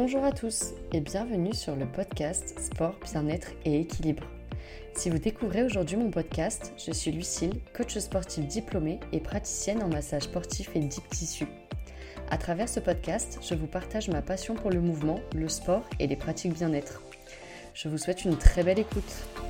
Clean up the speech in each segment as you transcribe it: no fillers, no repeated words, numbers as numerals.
Bonjour à tous et bienvenue sur le podcast Sport, Bien-être et Équilibre. Si vous découvrez aujourd'hui mon podcast, je suis Lucille, coach sportif diplômée et praticienne en massage sportif et deep tissue. À travers ce podcast, je vous partage ma passion pour le mouvement, le sport et les pratiques bien-être. Je vous souhaite une très belle écoute.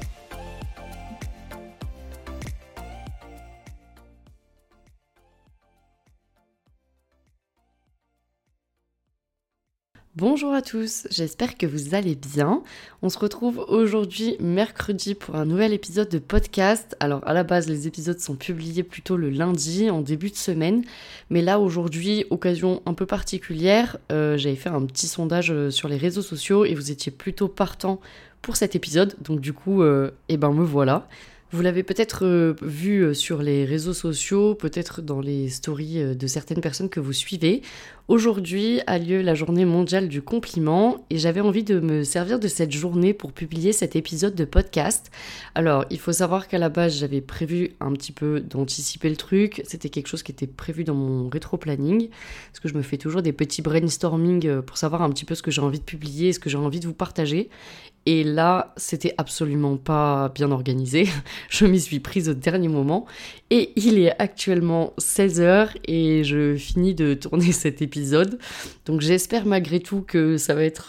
Bonjour à tous, j'espère que vous allez bien. On se retrouve aujourd'hui mercredi pour un nouvel épisode de podcast. Alors à la base les épisodes sont publiés plutôt le lundi en début de semaine. Mais là aujourd'hui, occasion un peu particulière, j'avais fait un petit sondage sur les réseaux sociaux et vous étiez plutôt partant pour cet épisode. Donc du coup, me voilà. Vous l'avez peut-être vu sur les réseaux sociaux, peut-être dans les stories de certaines personnes que vous suivez. Aujourd'hui a lieu la journée mondiale du compliment et j'avais envie de me servir de cette journée pour publier cet épisode de podcast. Alors, il faut savoir qu'à la base, j'avais prévu un petit peu d'anticiper le truc. C'était quelque chose qui était prévu dans mon rétro-planning parce que je me fais toujours des petits brainstorming pour savoir un petit peu ce que j'ai envie de publier, ce que j'ai envie de vous partager. Et là, c'était absolument pas bien organisé. Je m'y suis prise au dernier moment. Et il est actuellement 16h et je finis de tourner cet épisode. Donc j'espère malgré tout que ça va être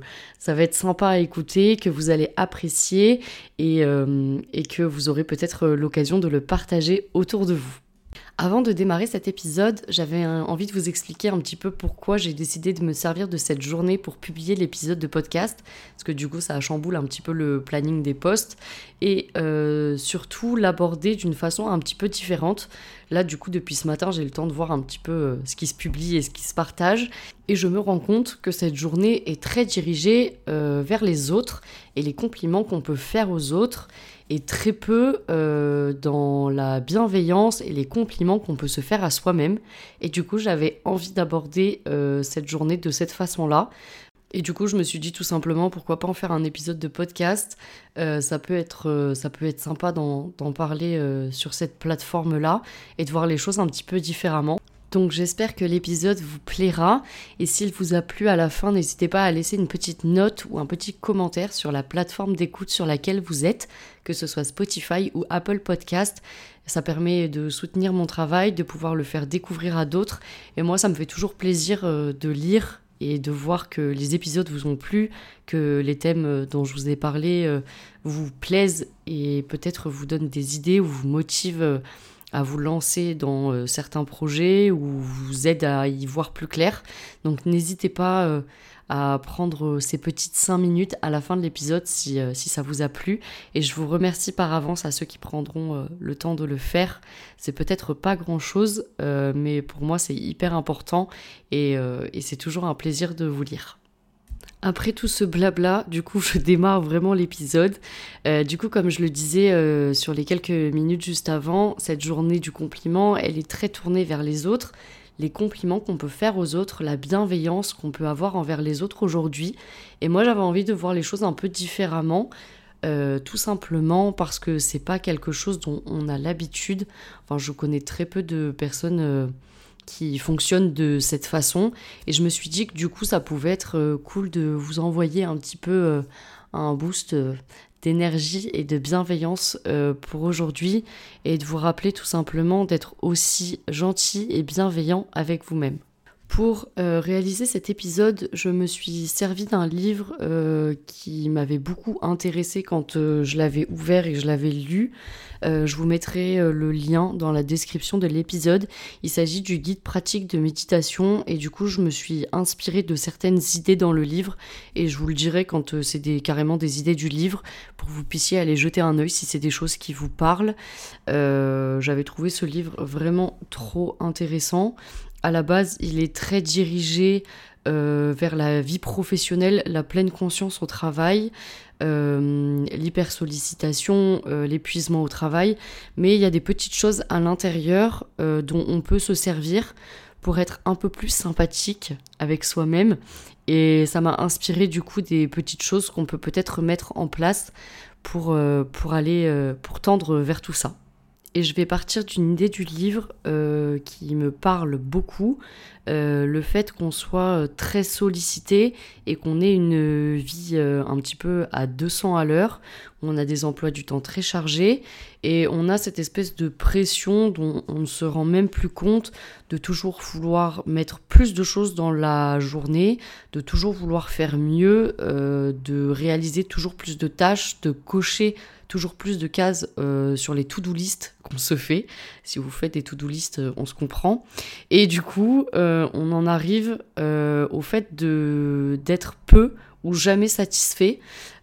sympa à écouter, que vous allez apprécier et que vous aurez peut-être l'occasion de le partager autour de vous. Avant de démarrer cet épisode, j'avais envie de vous expliquer un petit peu pourquoi j'ai décidé de me servir de cette journée pour publier l'épisode de podcast, parce que du coup ça chamboule un petit peu le planning des posts, et surtout l'aborder d'une façon un petit peu différente. Là du coup depuis ce matin j'ai eu le temps de voir un petit peu ce qui se publie et ce qui se partage, et je me rends compte que cette journée est très dirigée vers les autres et les compliments qu'on peut faire aux autres, et très peu dans la bienveillance et les compliments qu'on peut se faire à soi-même. Et du coup, j'avais envie d'aborder cette journée de cette façon-là. Et du coup, je me suis dit tout simplement, pourquoi pas en faire un épisode de podcast. Ça peut être sympa d'en parler sur cette plateforme-là et de voir les choses un petit peu différemment. Donc j'espère que l'épisode vous plaira, et s'il vous a plu à la fin, n'hésitez pas à laisser une petite note ou un petit commentaire sur la plateforme d'écoute sur laquelle vous êtes, que ce soit Spotify ou Apple Podcast. Ça permet de soutenir mon travail, de pouvoir le faire découvrir à d'autres, et moi ça me fait toujours plaisir de lire et de voir que les épisodes vous ont plu, que les thèmes dont je vous ai parlé vous plaisent et peut-être vous donnent des idées ou vous motivent à vous lancer dans certains projets ou vous aide à y voir plus clair. Donc n'hésitez pas à prendre ces petites 5 minutes à la fin de l'épisode si ça vous a plu. Et je vous remercie par avance à ceux qui prendront le temps de le faire. C'est peut-être pas grand-chose, mais pour moi c'est hyper important et c'est toujours un plaisir de vous lire. Après tout ce blabla, du coup, je démarre vraiment l'épisode. Du coup, comme je le disais sur les quelques minutes juste avant, cette journée du compliment, elle est très tournée vers les autres, les compliments qu'on peut faire aux autres, la bienveillance qu'on peut avoir envers les autres aujourd'hui. Et moi, j'avais envie de voir les choses un peu différemment, tout simplement parce que c'est pas quelque chose dont on a l'habitude. Enfin, je connais très peu de personnes qui fonctionne de cette façon, et je me suis dit que du coup ça pouvait être cool de vous envoyer un petit peu un boost d'énergie et de bienveillance pour aujourd'hui, et de vous rappeler tout simplement d'être aussi gentil et bienveillant avec vous-même. Pour réaliser cet épisode, je me suis servi d'un livre qui m'avait beaucoup intéressée quand je l'avais ouvert et que je l'avais lu. Je vous mettrai le lien dans la description de l'épisode. Il s'agit du guide pratique de méditation, et du coup je me suis inspirée de certaines idées dans le livre, et je vous le dirai quand c'est carrément des idées du livre pour que vous puissiez aller jeter un œil si c'est des choses qui vous parlent. J'avais trouvé ce livre vraiment trop intéressant. À la base, il est très dirigé vers la vie professionnelle, la pleine conscience au travail, l'hypersollicitation, l'épuisement au travail, mais il y a des petites choses à l'intérieur dont on peut se servir pour être un peu plus sympathique avec soi-même, et ça m'a inspiré du coup des petites choses qu'on peut peut-être mettre en place pour tendre vers tout ça. et je vais partir d'une idée du livre qui me parle beaucoup. Le fait qu'on soit très sollicité et qu'on ait une vie un petit peu à 200 à l'heure. On a des emplois du temps très chargés et on a cette espèce de pression dont on ne se rend même plus compte, de toujours vouloir mettre plus de choses dans la journée, de toujours vouloir faire mieux, de réaliser toujours plus de tâches, de cocher toujours plus de cases sur les to-do list qu'on se fait. Si vous faites des to-do list, on se comprend. Et du coup, on en arrive au fait d'être peu ou jamais satisfait.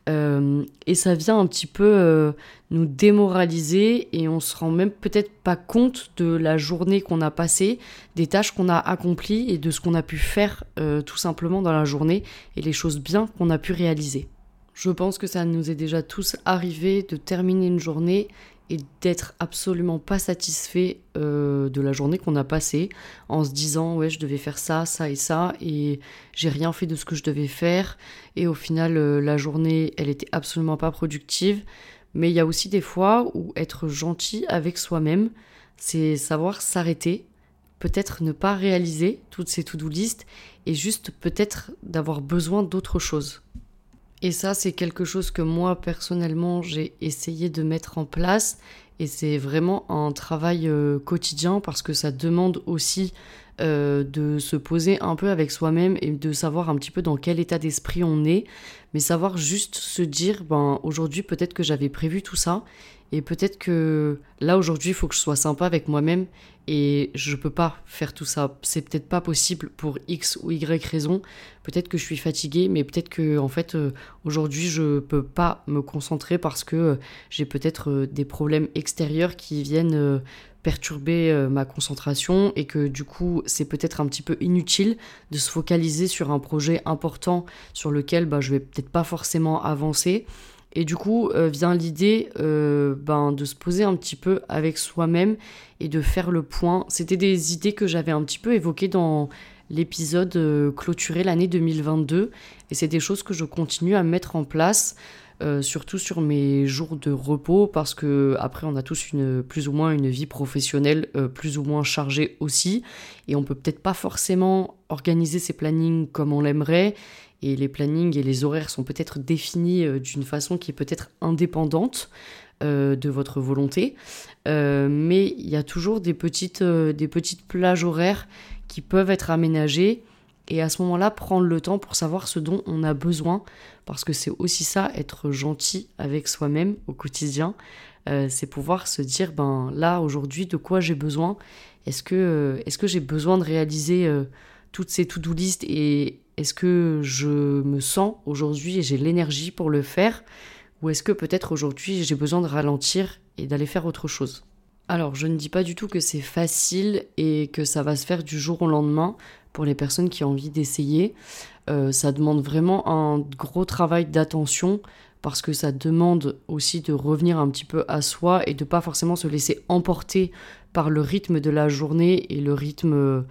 Et ça vient un petit peu nous démoraliser et on se rend même peut-être pas compte de la journée qu'on a passée, des tâches qu'on a accomplies et de ce qu'on a pu faire tout simplement dans la journée et les choses bien qu'on a pu réaliser. Je pense que ça nous est déjà tous arrivé de terminer une journée et d'être absolument pas satisfait de la journée qu'on a passée en se disant ouais je devais faire ça, ça et ça et j'ai rien fait de ce que je devais faire et au final la journée elle était absolument pas productive. Mais il y a aussi des fois où être gentil avec soi-même, c'est savoir s'arrêter, peut-être ne pas réaliser toutes ces to-do list et juste peut-être d'avoir besoin d'autre chose. Et ça, c'est quelque chose que moi, personnellement, j'ai essayé de mettre en place. Et c'est vraiment un travail quotidien parce que ça demande aussi de se poser un peu avec soi-même et de savoir un petit peu dans quel état d'esprit on est. Mais savoir juste se dire, aujourd'hui, peut-être que j'avais prévu tout ça. Et peut-être que là, aujourd'hui, il faut que je sois sympa avec moi-même. Et je peux pas faire tout ça. C'est peut-être pas possible pour X ou Y raison. Peut-être que je suis fatiguée, mais peut-être que en fait aujourd'hui je peux pas me concentrer parce que j'ai peut-être des problèmes extérieurs qui viennent perturber ma concentration et que du coup c'est peut-être un petit peu inutile de se focaliser sur un projet important sur lequel je vais peut-être pas forcément avancer. Et du coup, vient l'idée de se poser un petit peu avec soi-même et de faire le point. C'était des idées que j'avais un petit peu évoquées dans l'épisode clôturé l'année 2022. Et c'est des choses que je continue à mettre en place, surtout sur mes jours de repos, parce que après on a tous plus ou moins une vie professionnelle plus ou moins chargée aussi. Et on peut peut-être pas forcément organiser ses plannings comme on l'aimerait. Et les plannings et les horaires sont peut-être définis d'une façon qui est peut-être indépendante de votre volonté. Mais il y a toujours des petites plages horaires qui peuvent être aménagées. Et à ce moment-là, prendre le temps pour savoir ce dont on a besoin. Parce que c'est aussi ça, être gentil avec soi-même au quotidien. C'est pouvoir se dire, là, aujourd'hui, de quoi j'ai besoin ? Est-ce que j'ai besoin de réaliser toutes ces to-do list et est-ce que je me sens aujourd'hui et j'ai l'énergie pour le faire ? Ou est-ce que peut-être aujourd'hui j'ai besoin de ralentir et d'aller faire autre chose ? Alors je ne dis pas du tout que c'est facile et que ça va se faire du jour au lendemain pour les personnes qui ont envie d'essayer. Ça demande vraiment un gros travail d'attention parce que ça demande aussi de revenir un petit peu à soi et de pas forcément se laisser emporter par le rythme de la journée et le rythme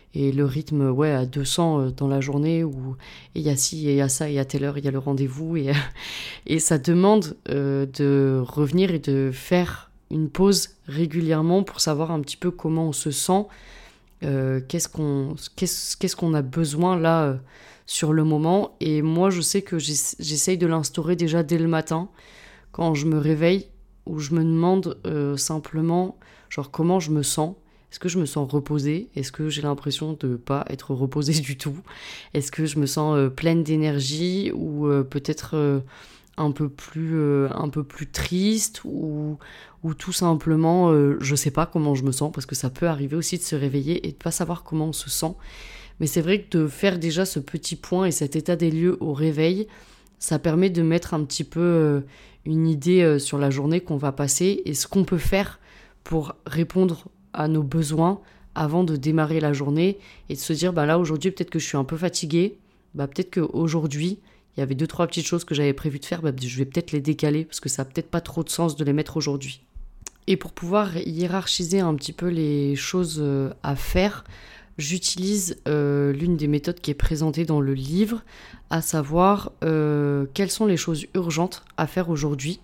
à 200 dans la journée où il y a ci, il y a ça, il y a telle heure, il y a le rendez-vous et ça demande de revenir et de faire une pause régulièrement pour savoir un petit peu comment on se sent, qu'est-ce qu'on a besoin là sur le moment. Et moi je sais que j'essaye de l'instaurer déjà dès le matin quand je me réveille, où je me demande simplement comment je me sens. Est-ce que je me sens reposée ? Est-ce que j'ai l'impression de ne pas être reposée du tout ? Est-ce que je me sens pleine d'énergie ou peut-être un peu plus triste ou tout simplement je ne sais pas comment je me sens parce que ça peut arriver aussi de se réveiller et de ne pas savoir comment on se sent. Mais c'est vrai que de faire déjà ce petit point et cet état des lieux au réveil, ça permet de mettre un petit peu une idée sur la journée qu'on va passer et ce qu'on peut faire pour répondre à nos besoins avant de démarrer la journée et de se dire là aujourd'hui peut-être que je suis un peu fatiguée, peut-être qu'aujourd'hui il y avait 2-3 petites choses que j'avais prévu de faire, je vais peut-être les décaler parce que ça n'a peut-être pas trop de sens de les mettre aujourd'hui. Et pour pouvoir hiérarchiser un petit peu les choses à faire, j'utilise l'une des méthodes qui est présentée dans le livre, à savoir quelles sont les choses urgentes à faire aujourd'hui.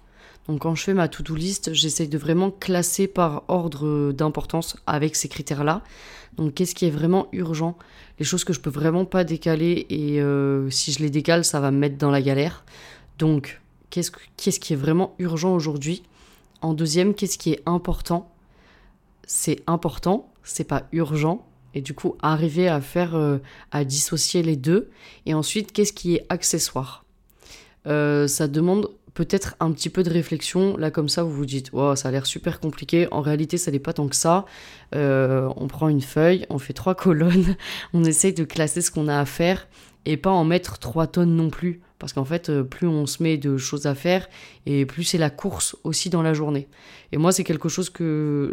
Donc quand je fais ma to-do list, j'essaye de vraiment classer par ordre d'importance avec ces critères-là. Donc qu'est-ce qui est vraiment urgent, les choses que je peux vraiment pas décaler et si je les décale, ça va me mettre dans la galère. Donc qu'est-ce qui est vraiment urgent aujourd'hui? En deuxième, qu'est-ce qui est important? C'est important, c'est pas urgent. Et du coup, arriver à dissocier les deux. Et ensuite, qu'est-ce qui est accessoire? Ça demande peut-être un petit peu de réflexion. Là, comme ça, vous vous dites, wow, ça a l'air super compliqué. En réalité, ça n'est pas tant que ça. On prend une feuille, on fait 3 colonnes, on essaye de classer ce qu'on a à faire et pas en mettre 3 tonnes non plus. Parce qu'en fait, plus on se met de choses à faire et plus c'est la course aussi dans la journée. Et moi, c'est quelque chose que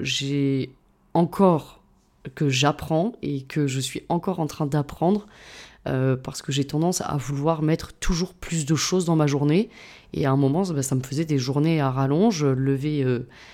j'apprends et que je suis encore en train d'apprendre parce que j'ai tendance à vouloir mettre toujours plus de choses dans ma journée et à un moment ça me faisait des journées à rallonge, lever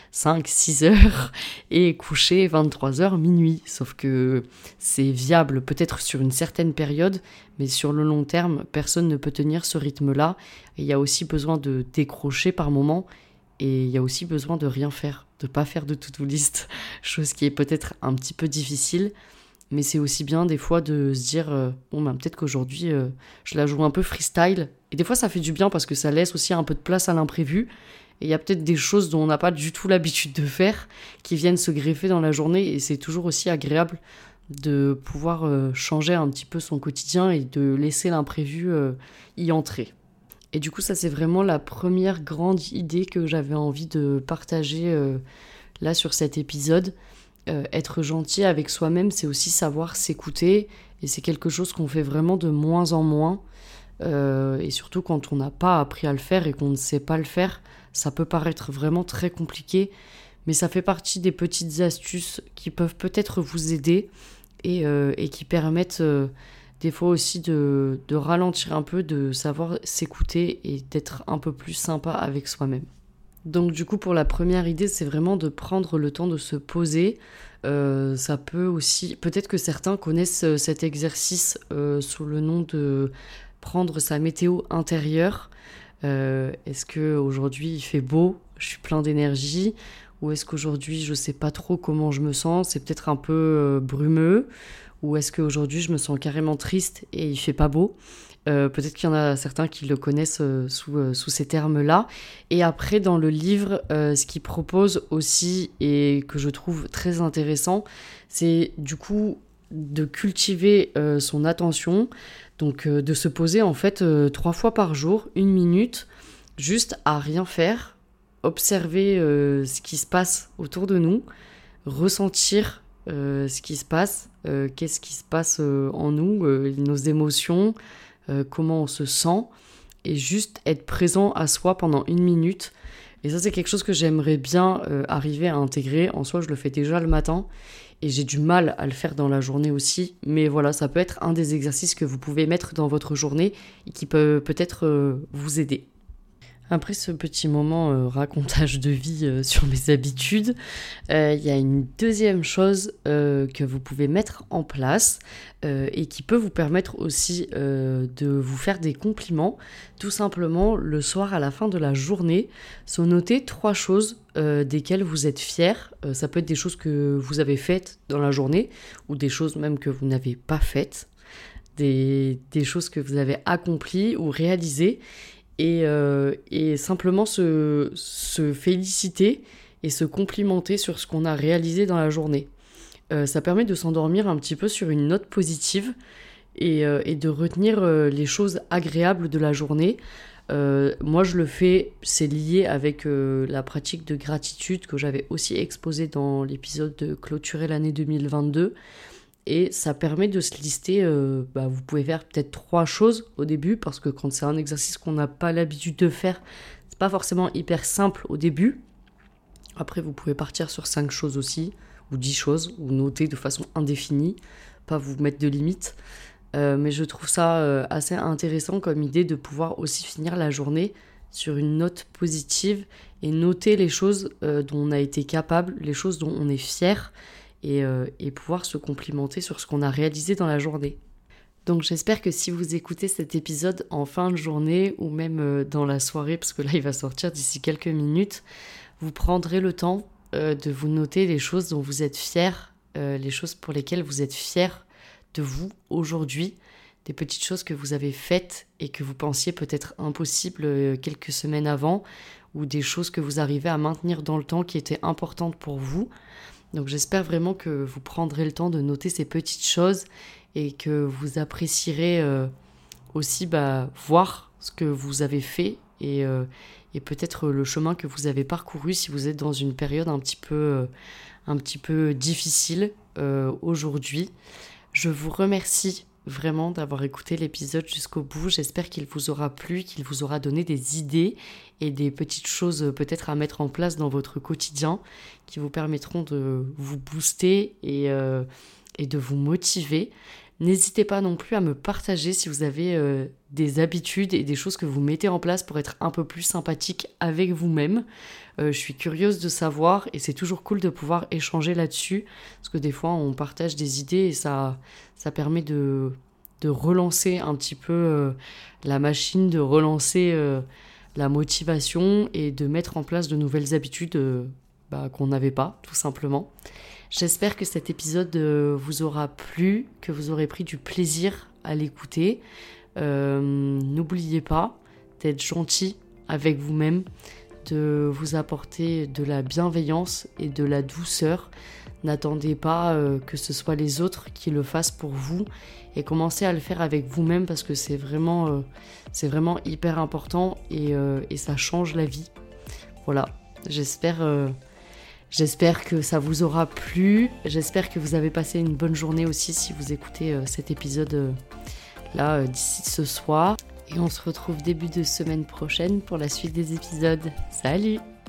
5-6 heures et coucher 23 heures minuit, sauf que c'est viable peut-être sur une certaine période mais sur le long terme personne ne peut tenir ce rythme-là et il y a aussi besoin de décrocher par moment. Et il y a aussi besoin de rien faire, de pas faire de to-do list, chose qui est peut-être un petit peu difficile, mais c'est aussi bien des fois de se dire peut-être qu'aujourd'hui je la joue un peu freestyle. Et des fois ça fait du bien parce que ça laisse aussi un peu de place à l'imprévu. Et il y a peut-être des choses dont on n'a pas du tout l'habitude de faire qui viennent se greffer dans la journée et c'est toujours aussi agréable de pouvoir changer un petit peu son quotidien et de laisser l'imprévu y entrer. Et du coup, ça, c'est vraiment la première grande idée que j'avais envie de partager là sur cet épisode. Être gentil avec soi-même, c'est aussi savoir s'écouter. Et c'est quelque chose qu'on fait vraiment de moins en moins. Et surtout quand on n'a pas appris à le faire et qu'on ne sait pas le faire, ça peut paraître vraiment très compliqué. Mais ça fait partie des petites astuces qui peuvent peut-être vous aider et qui permettent... des fois aussi de ralentir un peu, de savoir s'écouter et d'être un peu plus sympa avec soi-même. Donc du coup, pour la première idée, c'est vraiment de prendre le temps de se poser. Ça peut aussi... Peut-être que certains connaissent cet exercice sous le nom de prendre sa météo intérieure. Est-ce qu'aujourd'hui il fait beau, je suis plein d'énergie, ou est-ce qu'aujourd'hui je sais pas trop comment je me sens, c'est peut-être un peu brumeux. Ou est-ce qu'aujourd'hui, je me sens carrément triste et il fait pas beau? Peut-être qu'il y en a certains qui le connaissent sous ces termes-là. Et après, dans le livre, ce qu'il propose aussi et que je trouve très intéressant, c'est du coup de cultiver son attention. Donc de se poser en fait 3 fois par jour, 1 minute, juste à rien faire, observer ce qui se passe autour de nous, ressentir ce qui se passe, qu'est-ce qui se passe en nous, nos émotions, comment on se sent, et juste être présent à soi pendant 1 minute. Et ça, c'est quelque chose que j'aimerais bien arriver à intégrer. En soi, je le fais déjà le matin, et j'ai du mal à le faire dans la journée aussi. Mais voilà, ça peut être un des exercices que vous pouvez mettre dans votre journée et qui peut peut-être vous aider. Après ce petit moment racontage de vie sur mes habitudes, il y a une deuxième chose que vous pouvez mettre en place et qui peut vous permettre aussi de vous faire des compliments. Tout simplement, le soir à la fin de la journée, se noter 3 choses desquelles vous êtes fiers. Ça peut être des choses que vous avez faites dans la journée ou des choses même que vous n'avez pas faites, des choses que vous avez accomplies ou réalisées. Et simplement se féliciter et se complimenter sur ce qu'on a réalisé dans la journée. Ça permet de s'endormir un petit peu sur une note positive et de retenir les choses agréables de la journée. Moi, je le fais, c'est lié avec la pratique de gratitude que j'avais aussi exposée dans l'épisode de Clôturer l'année 2022. Et ça permet de se lister, vous pouvez faire peut-être 3 choses au début, parce que quand c'est un exercice qu'on n'a pas l'habitude de faire, c'est pas forcément hyper simple au début. Après, vous pouvez partir sur 5 choses aussi, ou 10 choses, ou noter de façon indéfinie, pas vous mettre de limites. Mais je trouve ça assez intéressant comme idée de pouvoir aussi finir la journée sur une note positive et noter les choses dont on a été capable, les choses dont on est fier, et pouvoir se complimenter sur ce qu'on a réalisé dans la journée. Donc j'espère que si vous écoutez cet épisode en fin de journée ou même dans la soirée, parce que là il va sortir d'ici quelques minutes, vous prendrez le temps de vous noter les choses dont vous êtes fiers, les choses pour lesquelles vous êtes fiers de vous aujourd'hui, des petites choses que vous avez faites et que vous pensiez peut-être impossibles quelques semaines avant, ou des choses que vous arrivez à maintenir dans le temps qui étaient importantes pour vous. Donc j'espère vraiment que vous prendrez le temps de noter ces petites choses et que vous apprécierez aussi voir ce que vous avez fait et peut-être le chemin que vous avez parcouru si vous êtes dans une période un petit peu difficile aujourd'hui. Je vous remercie vraiment d'avoir écouté l'épisode jusqu'au bout. J'espère qu'il vous aura plu, qu'il vous aura donné des idées et des petites choses peut-être à mettre en place dans votre quotidien qui vous permettront de vous booster et de vous motiver. N'hésitez pas non plus à me partager si vous avez des habitudes et des choses que vous mettez en place pour être un peu plus sympathique avec vous-même. Je suis curieuse de savoir et c'est toujours cool de pouvoir échanger là-dessus parce que des fois on partage des idées et ça permet de relancer un petit peu la machine, de relancer la motivation et de mettre en place de nouvelles habitudes qu'on n'avait pas, tout simplement. J'espère que cet épisode vous aura plu, que vous aurez pris du plaisir à l'écouter. N'oubliez pas d'être gentil avec vous-même, de vous apporter de la bienveillance et de la douceur. N'attendez pas que ce soit les autres qui le fassent pour vous et commencez à le faire avec vous-même parce que c'est vraiment hyper important et ça change la vie. Voilà, J'espère que ça vous aura plu. J'espère que vous avez passé une bonne journée aussi si vous écoutez cet épisode d'ici ce soir. Et on se retrouve début de semaine prochaine pour la suite des épisodes. Salut!